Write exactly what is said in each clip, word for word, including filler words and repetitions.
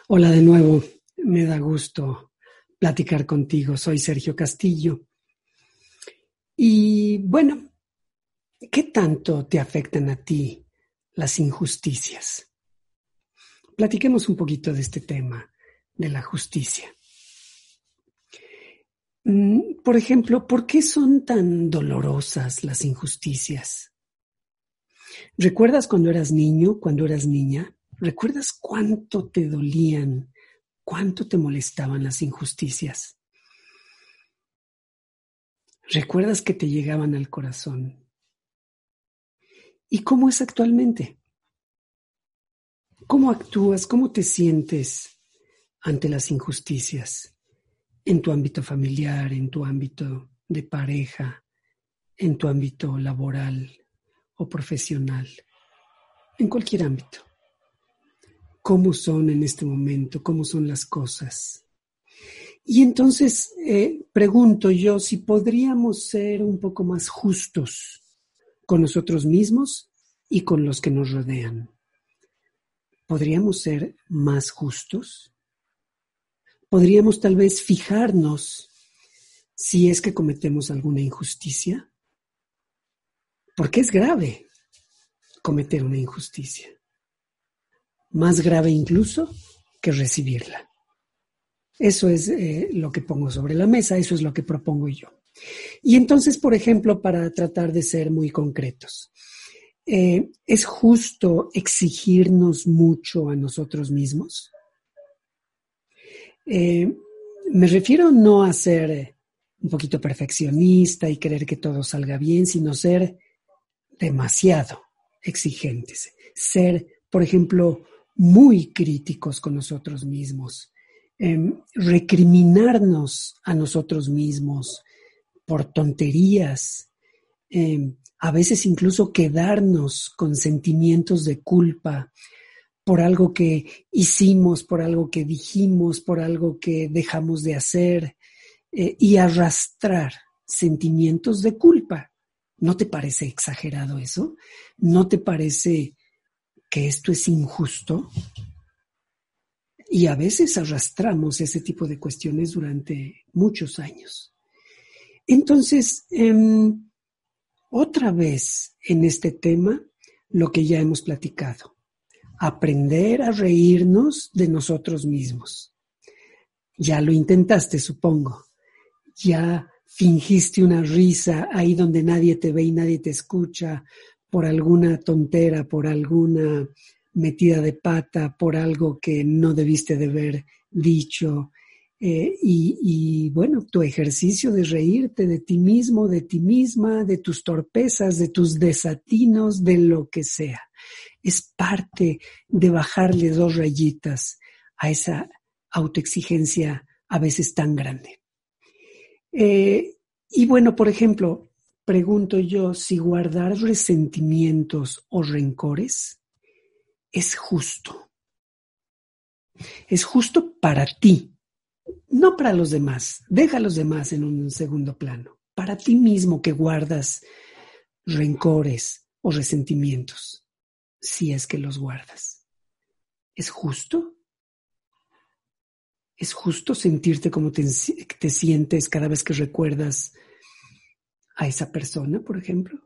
Hola de nuevo, me da gusto platicar contigo. Soy Sergio Castillo. Y bueno, ¿qué tanto te afectan a ti las injusticias? Platiquemos un poquito de este tema de la justicia. Por ejemplo, ¿por qué son tan dolorosas las injusticias? ¿Recuerdas cuando eras niño, cuando eras niña? ¿Recuerdas cuánto te dolían, cuánto te molestaban las injusticias? ¿Recuerdas que te llegaban al corazón? ¿Y cómo es actualmente? ¿Cómo actúas? ¿Cómo te sientes ante las injusticias? En tu ámbito familiar, en tu ámbito de pareja, en tu ámbito laboral o profesional, en cualquier ámbito. ¿Cómo son en este momento? ¿Cómo son las cosas? Y entonces eh, pregunto yo si podríamos ser un poco más justos con nosotros mismos y con los que nos rodean. ¿Podríamos ser más justos? ¿Podríamos tal vez fijarnos si es que cometemos alguna injusticia? Porque es grave cometer una injusticia. Más grave incluso que recibirla. Eso es eh, lo que pongo sobre la mesa, eso es lo que propongo yo. Y entonces, por ejemplo, para tratar de ser muy concretos, eh, ¿es justo exigirnos mucho a nosotros mismos? Eh, me refiero no a ser un poquito perfeccionista y querer que todo salga bien, sino ser demasiado exigentes. Ser, por ejemplo, muy críticos con nosotros mismos. Eh, recriminarnos a nosotros mismos por tonterías. Eh, a veces incluso quedarnos con sentimientos de culpa por algo que hicimos, por algo que dijimos, por algo que dejamos de hacer, eh, y arrastrar sentimientos de culpa. ¿No te parece exagerado eso? ¿No te parece que esto es injusto? Y a veces arrastramos ese tipo de cuestiones durante muchos años. Entonces, eh, otra vez en este tema, lo que ya hemos platicado. Aprender a reírnos de nosotros mismos. Ya lo intentaste, supongo. Ya fingiste una risa ahí donde nadie te ve y nadie te escucha por alguna tontera, por alguna metida de pata, por algo que no debiste de haber dicho. Eh, y, y bueno, tu ejercicio de reírte de ti mismo, de ti misma, de tus torpezas, de tus desatinos, de lo que sea. Es parte de bajarle dos rayitas a esa autoexigencia a veces tan grande. Eh, y bueno, por ejemplo, pregunto yo si guardar resentimientos o rencores es justo. Es justo para ti, no para los demás. Deja a los demás en un segundo plano. Para ti mismo que guardas rencores o resentimientos, si es que los guardas. ¿Es justo? ¿Es justo sentirte como te, te sientes cada vez que recuerdas a esa persona, por ejemplo?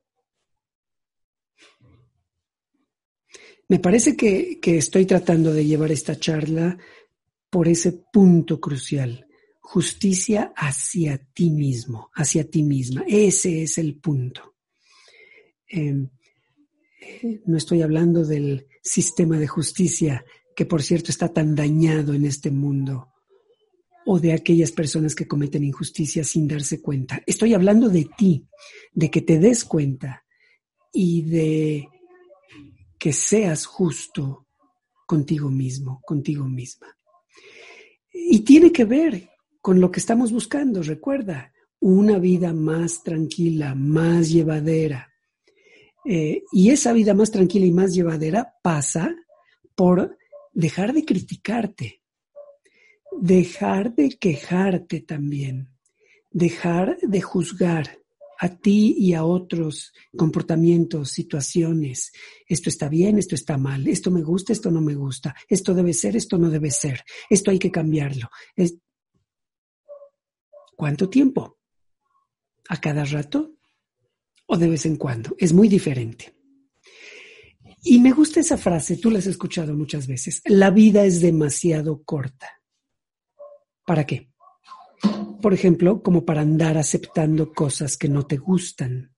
Me parece que, que estoy tratando de llevar esta charla por ese punto crucial. Justicia hacia ti mismo, hacia ti misma. Ese es el punto. Eh, eh, no estoy hablando del sistema de justicia que, por cierto, está tan dañado en este mundo, o de aquellas personas que cometen injusticia sin darse cuenta. Estoy hablando de ti, de que te des cuenta y de que seas justo contigo mismo, contigo misma. Y tiene que ver con lo que estamos buscando, recuerda, una vida más tranquila, más llevadera. Eh, y esa vida más tranquila y más llevadera pasa por dejar de criticarte, dejar de quejarte también, dejar de juzgar, a ti y a otros comportamientos, situaciones. Esto está bien, esto está mal, esto me gusta, esto no me gusta, esto debe ser, esto no debe ser, esto hay que cambiarlo. Es... ¿Cuánto tiempo? ¿A cada rato? ¿O de vez en cuando? Es muy diferente. Y me gusta esa frase, tú la has escuchado muchas veces. La vida es demasiado corta. ¿Para qué? Por ejemplo, como para andar aceptando cosas que no te gustan.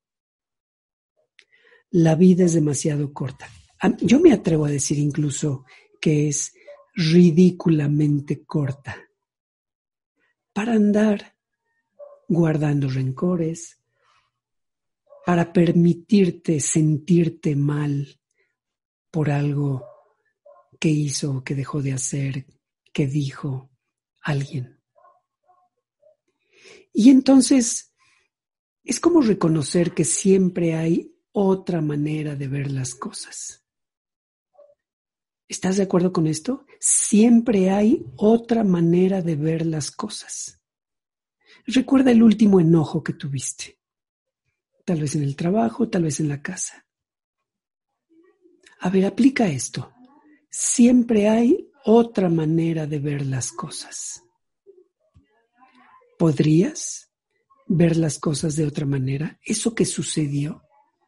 La vida es demasiado corta. Yo me atrevo a decir incluso que es ridículamente corta. Para andar guardando rencores, para permitirte sentirte mal por algo que hizo o que dejó de hacer, que dijo alguien. Y entonces es como reconocer que siempre hay otra manera de ver las cosas. ¿Estás de acuerdo con esto? Siempre hay otra manera de ver las cosas. Recuerda el último enojo que tuviste. Tal vez en el trabajo, tal vez en la casa. A ver, aplica esto. Siempre hay otra manera de ver las cosas. ¿Podrías ver las cosas de otra manera? ¿Eso que sucedió?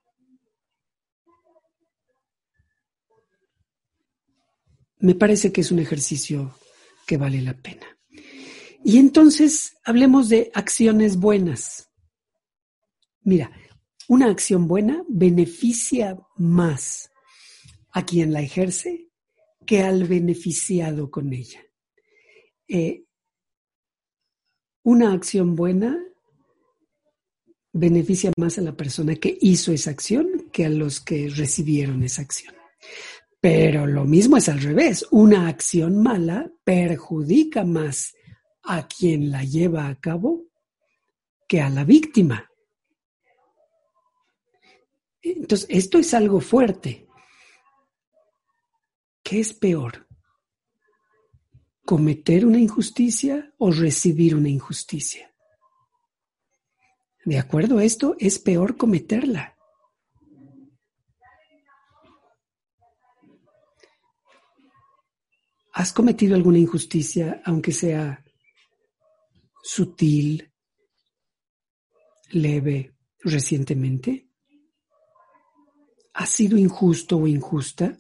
Me parece que es un ejercicio que vale la pena. Y entonces hablemos de acciones buenas. Mira, una acción buena beneficia más a quien la ejerce que al beneficiado con ella. Eh, una acción buena beneficia más a la persona que hizo esa acción que a los que recibieron esa acción. Pero lo mismo es al revés. Una acción mala perjudica más a quien la lleva a cabo que a la víctima. Entonces, esto es algo fuerte. ¿Qué es peor? ¿Cometer una injusticia o recibir una injusticia? De acuerdo a esto, es peor cometerla. ¿Has cometido alguna injusticia, aunque sea sutil, leve, recientemente? ¿Has sido injusto o injusta?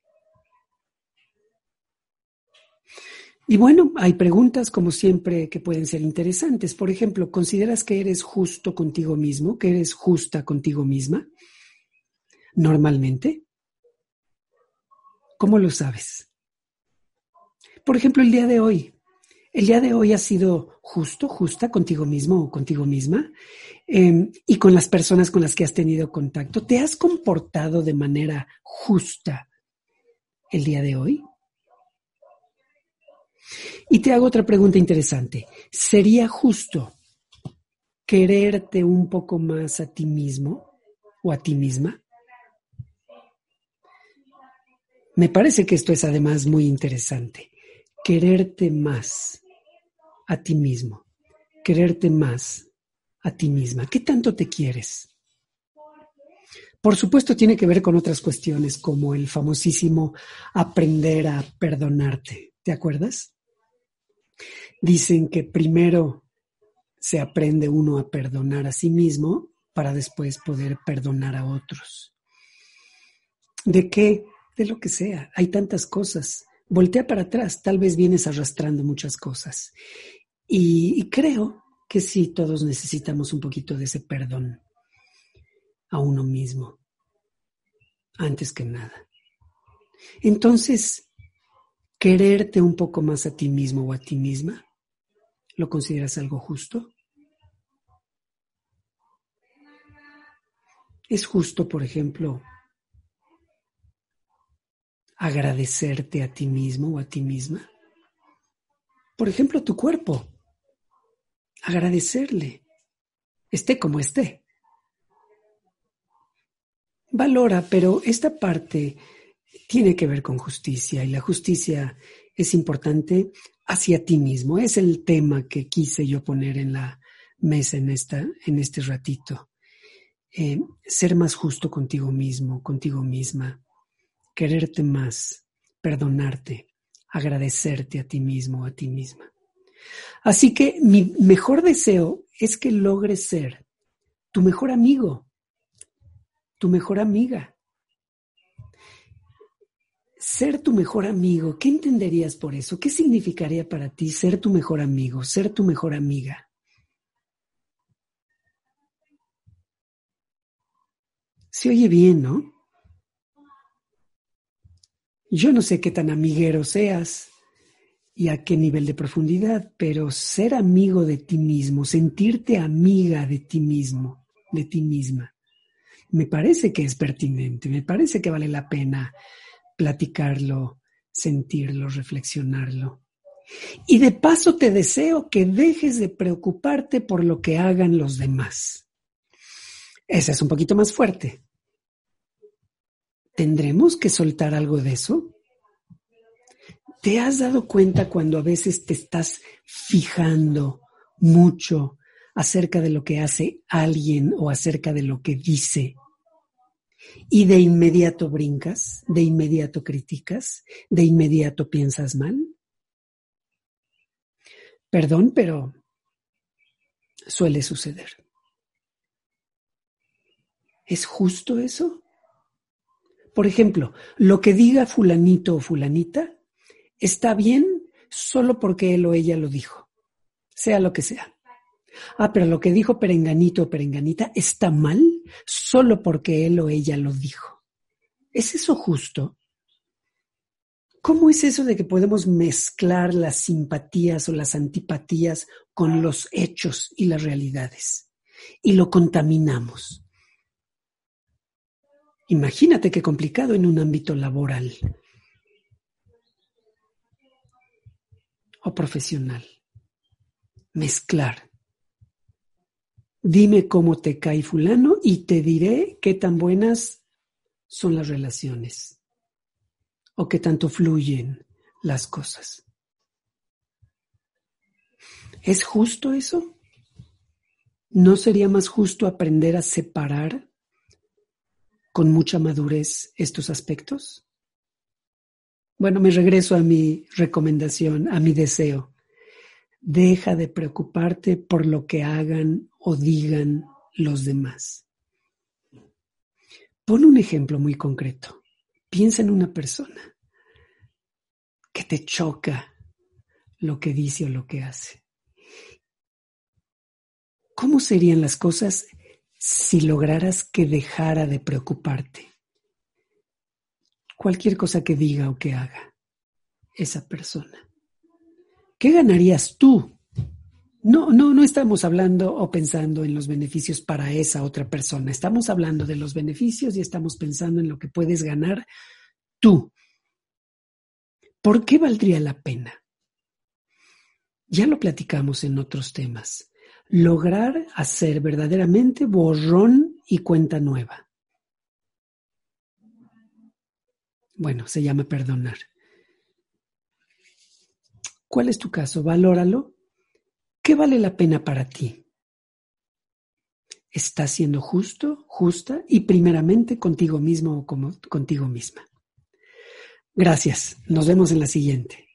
Y bueno, hay preguntas como siempre que pueden ser interesantes. Por ejemplo, ¿consideras que eres justo contigo mismo, que eres justa contigo misma? Normalmente. ¿Cómo lo sabes? Por ejemplo, el día de hoy. ¿El día de hoy has sido justo, justa contigo mismo o contigo misma? Eh, y con las personas con las que has tenido contacto, ¿te has comportado de manera justa el día de hoy? Y te hago otra pregunta interesante. ¿Sería justo quererte un poco más a ti mismo o a ti misma? Me parece que esto es además muy interesante. Quererte más a ti mismo, quererte más a ti misma. ¿Qué tanto te quieres? Por supuesto, tiene que ver con otras cuestiones como el famosísimo aprender a perdonarte. ¿Te acuerdas? Dicen que primero se aprende uno a perdonar a sí mismo para después poder perdonar a otros. ¿De qué? De lo que sea. Hay tantas cosas. Voltea para atrás. Tal vez vienes arrastrando muchas cosas. Y, y creo que sí, todos necesitamos un poquito de ese perdón a uno mismo, antes que nada. Entonces, quererte un poco más a ti mismo o a ti misma, ¿lo consideras algo justo? ¿Es justo, por ejemplo, agradecerte a ti mismo o a ti misma? Por ejemplo, tu cuerpo. Agradecerle, esté como esté. Valora, pero esta parte tiene que ver con justicia y la justicia es importante hacia ti mismo. Es el tema que quise yo poner en la mesa en, esta, en este ratito. eh, ser más justo contigo mismo, contigo misma, quererte más, perdonarte, agradecerte a ti mismo, a ti misma. Así que mi mejor deseo es que logres ser tu mejor amigo, tu mejor amiga. Ser tu mejor amigo, ¿qué entenderías por eso? ¿Qué significaría para ti ser tu mejor amigo, ser tu mejor amiga? Se oye bien, ¿no? Yo no sé qué tan amiguero seas y a qué nivel de profundidad, pero ser amigo de ti mismo, sentirte amiga de ti mismo, de ti misma, me parece que es pertinente, me parece que vale la pena platicarlo, sentirlo, reflexionarlo. Y de paso te deseo que dejes de preocuparte por lo que hagan los demás. Esa es un poquito más fuerte. ¿Tendremos que soltar algo de eso? ¿Te has dado cuenta cuando a veces te estás fijando mucho acerca de lo que hace alguien o acerca de lo que dice y de inmediato brincas, de inmediato criticas, de inmediato piensas mal? Perdón, pero suele suceder. ¿Es justo eso? Por ejemplo, lo que diga fulanito o fulanita está bien solo porque él o ella lo dijo, sea lo que sea. Ah, pero lo que dijo perenganito o perenganita está mal solo porque él o ella lo dijo. ¿Es eso justo? ¿Cómo es eso de que podemos mezclar las simpatías o las antipatías con los hechos y las realidades? Y lo contaminamos. Imagínate qué complicado en un ámbito laboral o profesional. Mezclar. Dime cómo te cae fulano y te diré qué tan buenas son las relaciones o qué tanto fluyen las cosas. ¿Es justo eso? ¿No sería más justo aprender a separar con mucha madurez estos aspectos? Bueno, me regreso a mi recomendación, a mi deseo. Deja de preocuparte por lo que hagan o digan los demás. Pon un ejemplo muy concreto. Piensa en una persona que te choca lo que dice o lo que hace. ¿Cómo serían las cosas si lograras que dejara de preocuparte? Cualquier cosa que diga o que haga esa persona. ¿Qué ganarías tú? No, no, no estamos hablando o pensando en los beneficios para esa otra persona. Estamos hablando de los beneficios y estamos pensando en lo que puedes ganar tú. ¿Por qué valdría la pena? Ya lo platicamos en otros temas. Lograr hacer verdaderamente borrón y cuenta nueva. Bueno, se llama perdonar. ¿Cuál es tu caso? Valóralo. ¿Qué vale la pena para ti? ¿Estás siendo justo, justa y primeramente contigo mismo o como, contigo misma? Gracias. Nos vemos en la siguiente.